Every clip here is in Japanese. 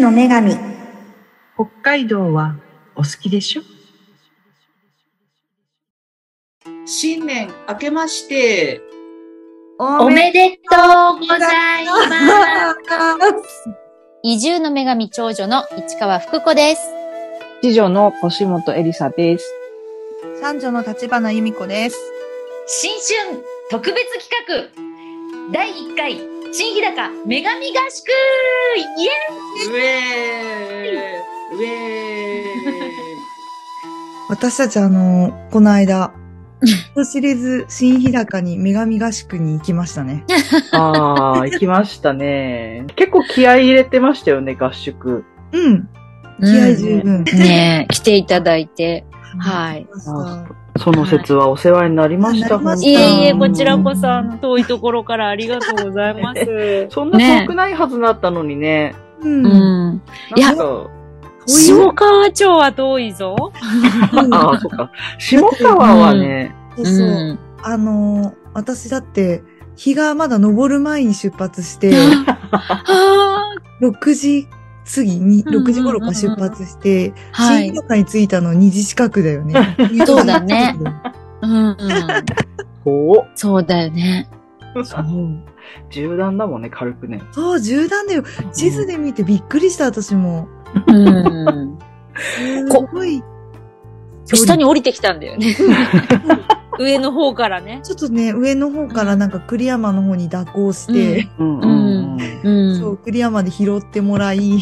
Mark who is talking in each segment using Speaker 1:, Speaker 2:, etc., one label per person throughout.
Speaker 1: の女神。
Speaker 2: 北海道はお好きでしょ？
Speaker 3: 新年明けまして
Speaker 4: おめでとうございます。移住の女神長女の市川福子です。
Speaker 5: 次女の腰本エリサです。
Speaker 1: 三女の立花由美子です。
Speaker 6: 新春特別企画第1回新日高女神合宿イエーイ
Speaker 3: ウェーウェー
Speaker 1: 私たちこの間、人知れず新日高に女神合宿に行きましたね。
Speaker 5: ああ、行きましたね。結構気合い入れてましたよね、合宿。
Speaker 1: うん。気合十分。
Speaker 4: ねえ、来ていただいて。はい。
Speaker 5: その説はお世話になりました。
Speaker 4: いえいえ、こちらこそ遠いところからありがとうございます。
Speaker 5: そんな遠くないはずだったのにね。
Speaker 1: うん。
Speaker 4: いや、下川町は遠いぞ。
Speaker 5: ああ、そっか。下川はね。
Speaker 1: そうそう。私だって、日がまだ昇る前に出発して、6時過ぎに、6時頃から出発して、新日高に着いたの2時近くだよね。
Speaker 4: そうだね。そうだよね。
Speaker 5: そう。縦断だもんね、軽くね。
Speaker 1: そう、縦断だよ。地図で見てびっくりした、私も。すごい。
Speaker 4: 下に降りてきたんだよね。上の方からね。
Speaker 1: ちょっとね、上の方からなんか栗山の方に蛇行して、そう、栗山で拾ってもらい、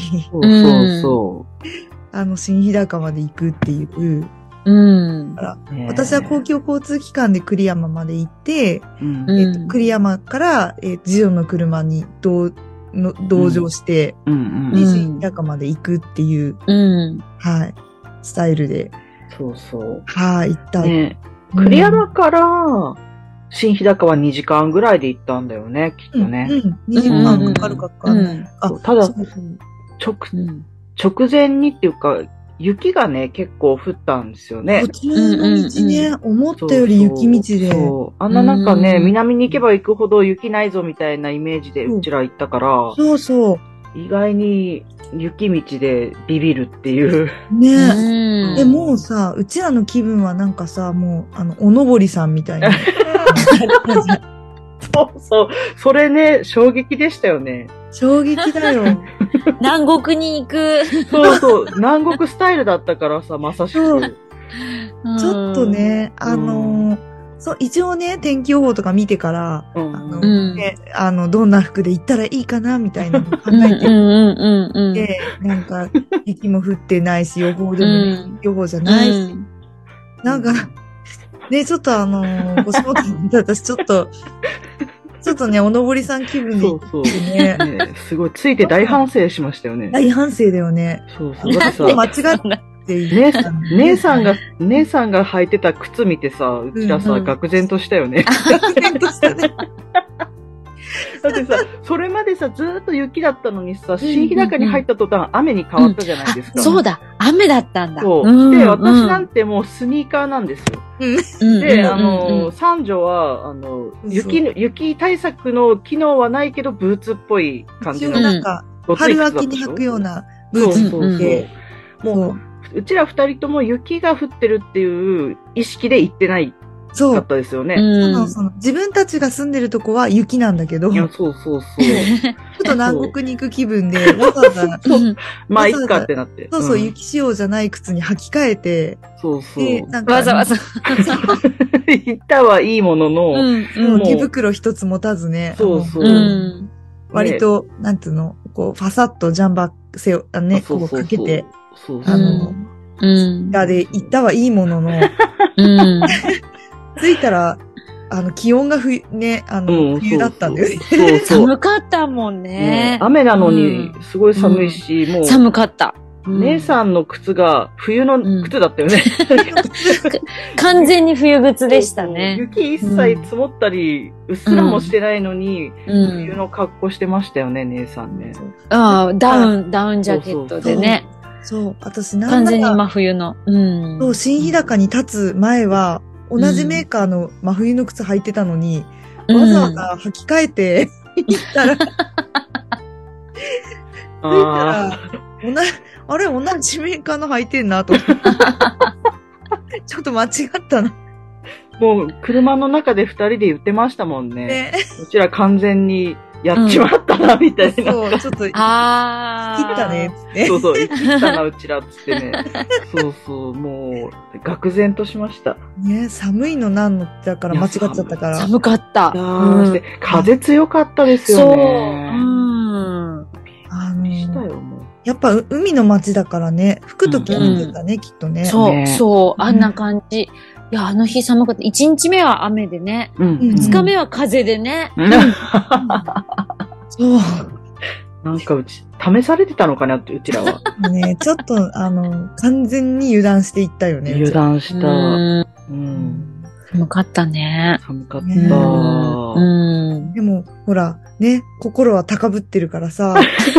Speaker 1: 新日高まで行くっていう。私は公共交通機関で栗山まで行って、栗山から、次女の車に同乗して、新日高まで行くっていう、はい、スタイルで。
Speaker 5: そうそう。
Speaker 1: はい、行った。
Speaker 5: 栗山から新日高は2時間ぐらいで行ったんだよね、きっとね。
Speaker 1: 2時間かかるかかんない。
Speaker 5: ただ、直前にっていうか、雪がね、結構降ったんですよね。
Speaker 1: こちらの道ね、思ったより雪道で。
Speaker 5: そう。あんななんかね、南に行けば行くほど雪ないぞみたいなイメージでうちら行ったから。
Speaker 1: そうそう。
Speaker 5: 意外に雪道でビビるっていう。
Speaker 1: ねえ。でもさ、うちらの気分はなんかさ、もう、おのぼりさんみたいな。
Speaker 5: そうそう。それね、衝撃でしたよね。
Speaker 1: 衝撃だよ。
Speaker 4: 南国に行く。
Speaker 5: そうそう。南国スタイルだったからさ、まさしく。
Speaker 1: ちょっとね、そう、一応ね、天気予報とか見てから、どんな服で行ったらいいかな、みたいなのを考えてで、なんか、雪も降ってないし、予報でも予報じゃないし、なんか、ね、ちょっと腰元に私ちょっとね、おのぼりさん気分で行ってね。
Speaker 5: すごい、ついて大反省しましたよね。
Speaker 1: 大反省だよね。
Speaker 5: そうそう。だってさ、
Speaker 1: 間違って
Speaker 5: 姉さんが履いてた靴見てさ、うちらさ、愕然としたよね。
Speaker 1: 愕然としたね。
Speaker 5: だってさ、それまでさ、ずーっと雪だったのにさ、新日高に入った途端、雨に変わったじゃないですか。
Speaker 4: そうだ、雨だったんだ。
Speaker 5: そう。で、私なんてもうスニーカーなんですよ。で、三女は、雪対策の機能はないけど、ブーツっぽい感じの。
Speaker 1: なんか、春秋に履くようなブーツで。
Speaker 5: もう、うちら二人とも雪が降ってるっていう意識で行ってないかったですよね。
Speaker 1: 自分たちが住んでるとこは雪なんだけど。
Speaker 5: いや、そうそうそう。
Speaker 1: ちょっと南国に行く気分で、わざわざ、
Speaker 5: まあ、いっかってなって。
Speaker 1: そうそう、雪仕様じゃない靴に履き替えて。
Speaker 5: そうそう。
Speaker 4: わざわざ。
Speaker 5: 行ったはいいものの、
Speaker 1: 手袋一つ持たずね。
Speaker 5: そうそう。
Speaker 1: 割と、なんていうの、こう、ファサッとジャンバーね、こうかけて、で行ったはいいものの、着いたら、気温が冬だったんだよね。
Speaker 4: 寒かったもんね。
Speaker 5: 雨なのに、すごい寒いし、もう。
Speaker 4: 寒かった。
Speaker 5: 姉さんの靴が冬の靴だったよね。
Speaker 4: 完全に冬靴でしたね。
Speaker 5: 雪一切積もったり、うっすらもしてないのに、冬の格好してましたよね、姉さんね。
Speaker 4: ああ、ダウンジャケットでね。
Speaker 1: そう、私
Speaker 4: 完全に真冬の。
Speaker 1: そう、新日高に立つ前は、同じメーカーの真冬の靴履いてたのに、わざわざ履き替えて行ったら、着いたら、 あれ、同じメーカーの履いてんな、と思って。ちょっと間違ったな。
Speaker 5: もう、車の中で二人で言ってましたもんね。うちら完全にやっちまったな、みたいな。
Speaker 1: そう、ちょっと、切ったね、つって。
Speaker 5: そう、切ったな、うちら、つってね。そう、もう、愕然としました。
Speaker 1: ね、寒いのなんのだから間違っちゃったから。
Speaker 4: 寒かった。
Speaker 5: 風強かったですよね。
Speaker 1: したよ、もう。やっぱ海の街だからね、吹くときは吹くんだね、きっとね。
Speaker 4: そう、あんな感じ。いや、あの日寒かった。1日目は雨でね。2日目は風でね。
Speaker 1: そう。
Speaker 5: なんか試されてたのかなって、うちらは。
Speaker 1: ね、ちょっと、完全に油断していったよね。
Speaker 5: 油断した。
Speaker 4: 寒かったね。
Speaker 5: 寒かった。
Speaker 1: でも、ほら、ね、心は高ぶってるからさ。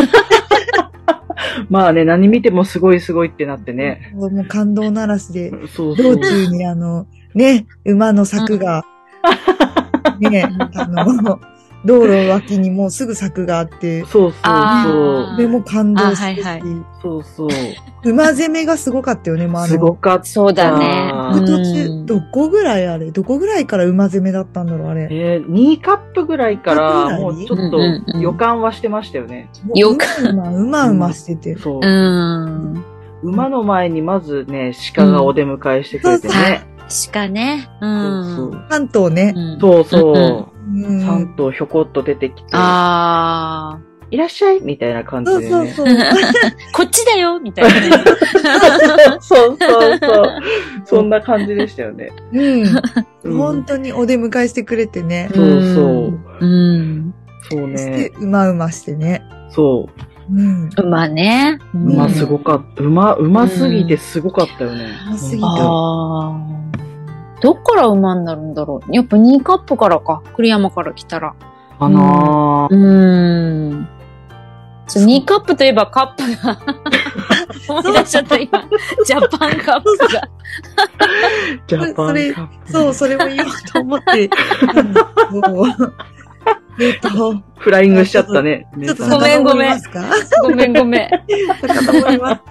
Speaker 5: まあね、何見てもすごいってなってね。
Speaker 1: もう感動の嵐で、道中にね、馬の柵が、ね、道路脇にもうすぐ柵があって、
Speaker 5: そう。
Speaker 1: でも感動してし、
Speaker 5: そう。
Speaker 1: 馬攻めがすごかったよね、
Speaker 5: すごかった。
Speaker 4: そうだね。
Speaker 1: 途中、どこぐらいから馬攻めだったんだろう、あれ。
Speaker 5: 2カップぐらいから、もうちょっと予感はしてましたよね。
Speaker 1: 予感うましてて。
Speaker 5: そう。馬の前にまずね、鹿がお出迎えしてくれてね。
Speaker 4: 鹿ね。
Speaker 1: 3頭ね。
Speaker 5: そう。3頭ひょこっと出てきて。いらっしゃいみたいな感じでね。
Speaker 1: そう。
Speaker 4: こっちだよみたいなね。
Speaker 5: そう。そんな感じでしたよね。
Speaker 1: 本当にお出迎えしてくれてね。
Speaker 5: そう。そうね。
Speaker 1: して馬してね。
Speaker 5: そう。
Speaker 4: 馬ね。
Speaker 5: 馬すごかった。馬すぎてすごかったよね。
Speaker 1: 馬すぎた。
Speaker 4: どっから馬になるんだろう。やっぱ2カップからか。栗山から来たら。
Speaker 5: かな
Speaker 4: 2カップといえばカップが思い出しちゃった今。ジャパンカップが。
Speaker 5: ジャパンカップ。
Speaker 1: そう、それも言おうと思って。
Speaker 5: フライングしちゃったね。
Speaker 1: ちょっとごめん。
Speaker 4: ごめん。
Speaker 1: 遡ります。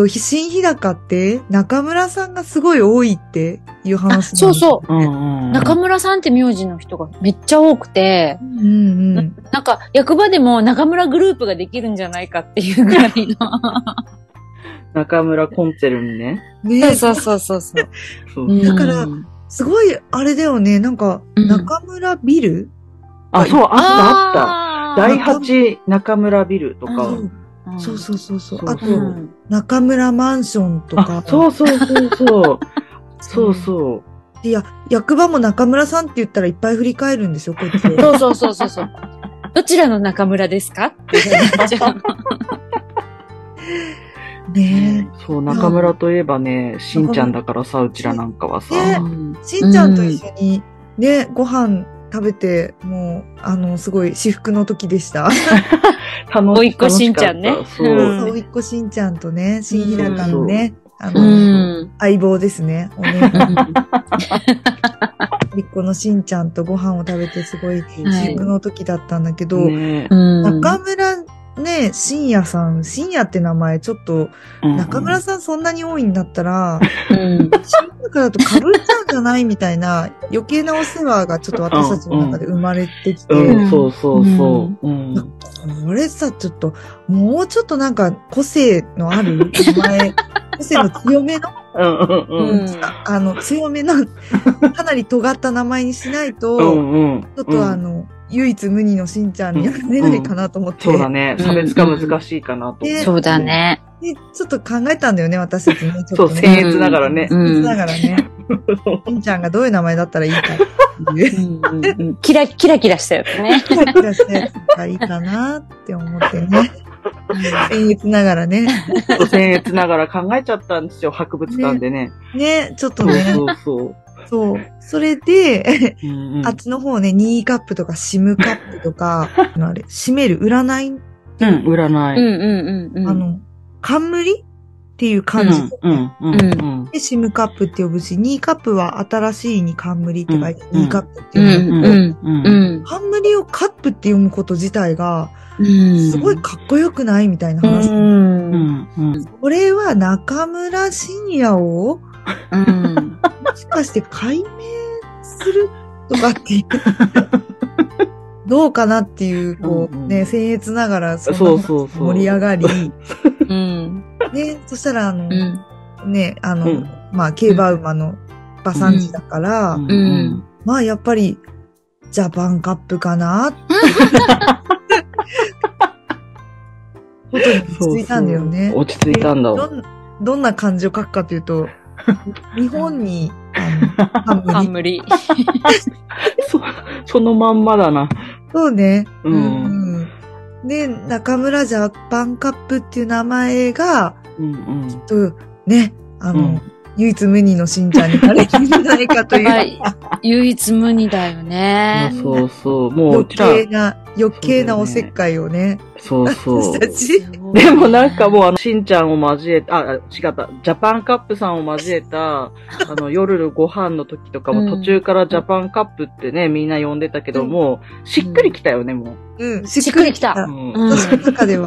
Speaker 1: 新日高って中村さんがすごい多いっていう話なんです。
Speaker 4: そう。中村さんって名字の人がめっちゃ多くて、なんか役場でも中村グループができるんじゃないかっていうぐらいの。
Speaker 5: 中村コンツェルンね。
Speaker 4: そう。
Speaker 1: だから、すごい、あれだよね、なんか、中村ビル
Speaker 5: あった。第8中村ビルとか。
Speaker 1: そう。あと、中村マンションとか。
Speaker 5: そう。
Speaker 1: いや、役場も中村さんって言ったらいっぱい振り返るんですよ、こっち。
Speaker 4: そう。どちらの中村ですかってなっちゃう。
Speaker 1: ね
Speaker 5: え。そう、中村といえばね、しんちゃんだからさ、うちらなんかはさ。
Speaker 1: しんちゃんと一緒に、ね、ご飯食べて、もう、すごい至福の時でした。
Speaker 4: おいっこしんちゃんね。
Speaker 1: そう。おいっこしんちゃんとね、新日高のね、相棒ですね。おいっこのしんちゃんとご飯を食べてすごい至福の時だったんだけど、中村ね、深夜さん、深夜って名前ちょっと、中村さんそんなに多いんだったら、深夜からだと被っちゃうんじゃないみたいな余計なお世話がちょっと私たちの中で生まれてきて、
Speaker 5: そう。
Speaker 1: これさ、ちょっと、もうちょっとなんか個性のある名前、個性の強めの、強めの、かなり尖った名前にしないと、ちょっと唯一無二のしんちゃんになれないかなと思って。
Speaker 5: そうだね。差別化難しいかなと。
Speaker 4: そうだね。
Speaker 1: で、ちょっと考えたんだよね、私たちね。
Speaker 5: そう、僭越ながらね。
Speaker 1: 僭越ながらね。しんちゃんがどういう名前だったらいいかっていう。
Speaker 4: キラキラしたやつね。
Speaker 1: キラキラしたやつがいいかなって思ってね。僭越ながらね。
Speaker 5: 僭越ながら考えちゃったんですよ、博物館でね。
Speaker 1: ね、ちょっとね。そう。それで、あっちの方ね、2カップとかシムカップとか、閉める、占い。
Speaker 5: 占い。
Speaker 1: 冠ってっていう感じ。
Speaker 5: で、
Speaker 1: シムカップって呼ぶし、ニーカップは新しいに冠って書いて、ニーカップって呼ぶんだけど、冠をカップって読むこと自体が、すごいかっこよくないみたいな話。これは中村信也を、もしかして解明するとかっていう。どうかなっていう、こう、ね、僭越ながら、盛り上がり、ね、そしたら、ね、まあ、競馬馬の馬産地だから、まあ、やっぱり、ジャパンカップかなって。ことに落ち着いたんだよね。
Speaker 5: 落ち着いたんだわ。
Speaker 1: どんな漢字を書くかというと、日本に、
Speaker 4: 冠。
Speaker 1: そ
Speaker 5: のまんまだな。
Speaker 1: そうね。で、中村ジャパンカップっていう名前が、きっと、ね、唯一無二のしんちゃんになれるんじゃないかという。
Speaker 4: 唯一無二だよね。
Speaker 5: そうそう。もう
Speaker 1: 余計なおせっかいをね。
Speaker 5: そうそう。
Speaker 1: 私たち。
Speaker 5: でもなんかもうしんちゃんを交えた、違った。ジャパンカップさんを交えた、夜のご飯の時とかも途中からジャパンカップってね、みんな呼んでたけども、しっくりきたよね、も
Speaker 1: う。しっくりきた。私の中では。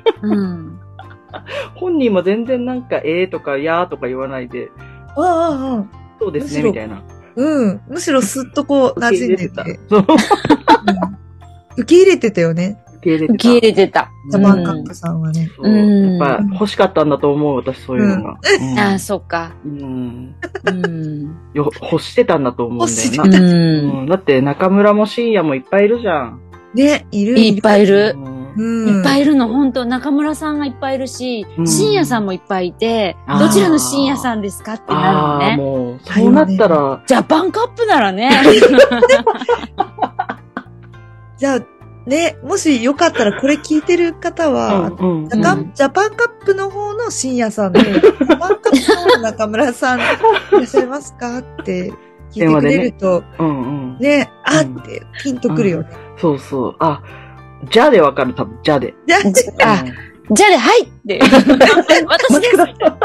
Speaker 5: 本人も全然なんか、とか、やーとか言わないで。そうですね、みたいな。
Speaker 1: むしろすっとこう、馴染んでて。受け入れてたよね。
Speaker 4: 受け入れてた。
Speaker 1: ジャパンカップさんはね。
Speaker 5: やっぱ欲しかったんだと思う、私そういうのが。
Speaker 4: ああ、そっか。
Speaker 5: 欲してたんだと思うんだよな。だって中村も深夜もいっぱいいるじゃん。
Speaker 1: ね、
Speaker 4: いっぱいいる。いっぱいいるの、本当中村さんがいっぱいいるし、深夜さんもいっぱいいて、どちらの深夜さんですかってなるのね。
Speaker 5: もう、そうなったら。
Speaker 4: ジャパンカップならね。
Speaker 1: じゃあ、ね、もしよかったらこれ聞いてる方は、ジャパンカップの方の深夜さんで、ジャパンカップの方の中村さんいらっしゃいますかって聞いてくれると、ね、あってピンとくるよね。
Speaker 5: そうそう。じゃでわかる、多分、じゃで。
Speaker 4: じゃで、はいって。私です。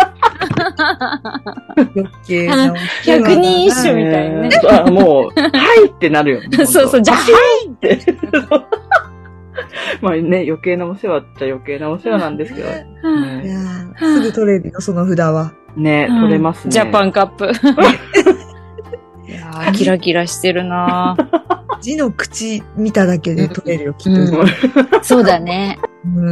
Speaker 1: 余計な。
Speaker 4: 百人一首みたいなね。
Speaker 5: もう、はいってなるよね。
Speaker 4: そうそう、じゃあ、はいって。
Speaker 5: まあね、余計なお世話っちゃ余計なお世話なんですけど。
Speaker 1: すぐ取れるよ、その札は。
Speaker 5: ね、取れますね。
Speaker 4: ジャパンカップ。いやー、キラキラしてるなー。
Speaker 1: 字の口見ただけで取れるよ、きっと。
Speaker 4: そうだね。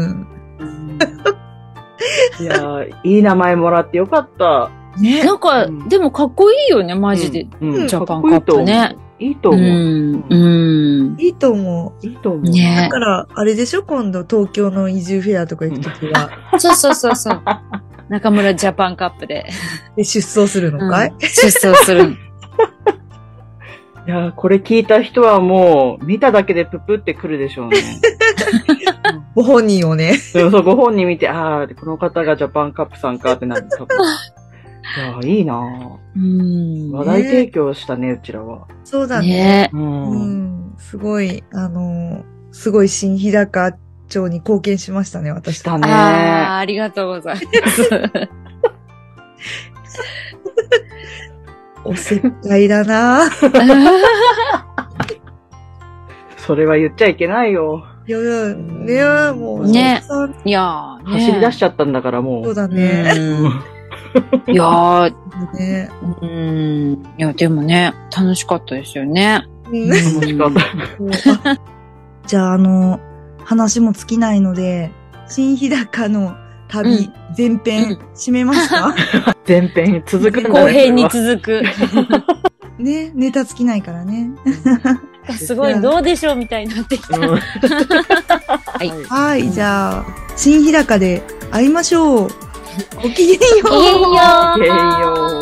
Speaker 5: いやー、いい名前もらってよかった。
Speaker 4: ね。なんか、でもかっこいいよね、マジで。ジャパンカップね。
Speaker 5: いいと思う。
Speaker 1: いいと思う。
Speaker 5: いいと思う。
Speaker 4: ね。
Speaker 1: だから、あれでしょ今度東京の移住フェアとか行くときは。
Speaker 4: そう。中村ジャパンカップで。
Speaker 1: で、出走するのかい？
Speaker 4: 出走する。
Speaker 5: いやー、これ聞いた人はもう、見ただけでププってくるでしょうね。
Speaker 1: ご本人をね。
Speaker 5: そう、ご本人見て、この方がジャパンカップさんかってなって多分。いや、いいなぁ。話題提供したね、うちらは。
Speaker 1: そうだね。すごい新日高町に貢献しましたね、私。
Speaker 5: したね。
Speaker 4: ありがとうございます。
Speaker 1: おせっかいだな
Speaker 5: それは言っちゃいけないよ。
Speaker 1: いや、もう。
Speaker 4: ね。いや
Speaker 5: 走り出しちゃったんだからもう。
Speaker 1: そうだね。
Speaker 4: いやー。
Speaker 1: ね。
Speaker 4: いや、でもね、楽しかったですよね。
Speaker 5: 楽しかった。
Speaker 1: じゃあ、話も尽きないので、新日高の旅、前編、締めますか？
Speaker 5: 前編続くんだね。
Speaker 4: 後編に続く。
Speaker 1: ね、ネタ尽きないからね。
Speaker 4: すごい、どうでしょうみたいになってきた。
Speaker 1: はい、じゃあ、新日高で会いましょう。ごきげんよう。
Speaker 4: ごきげんよう。
Speaker 5: ごきげんよう。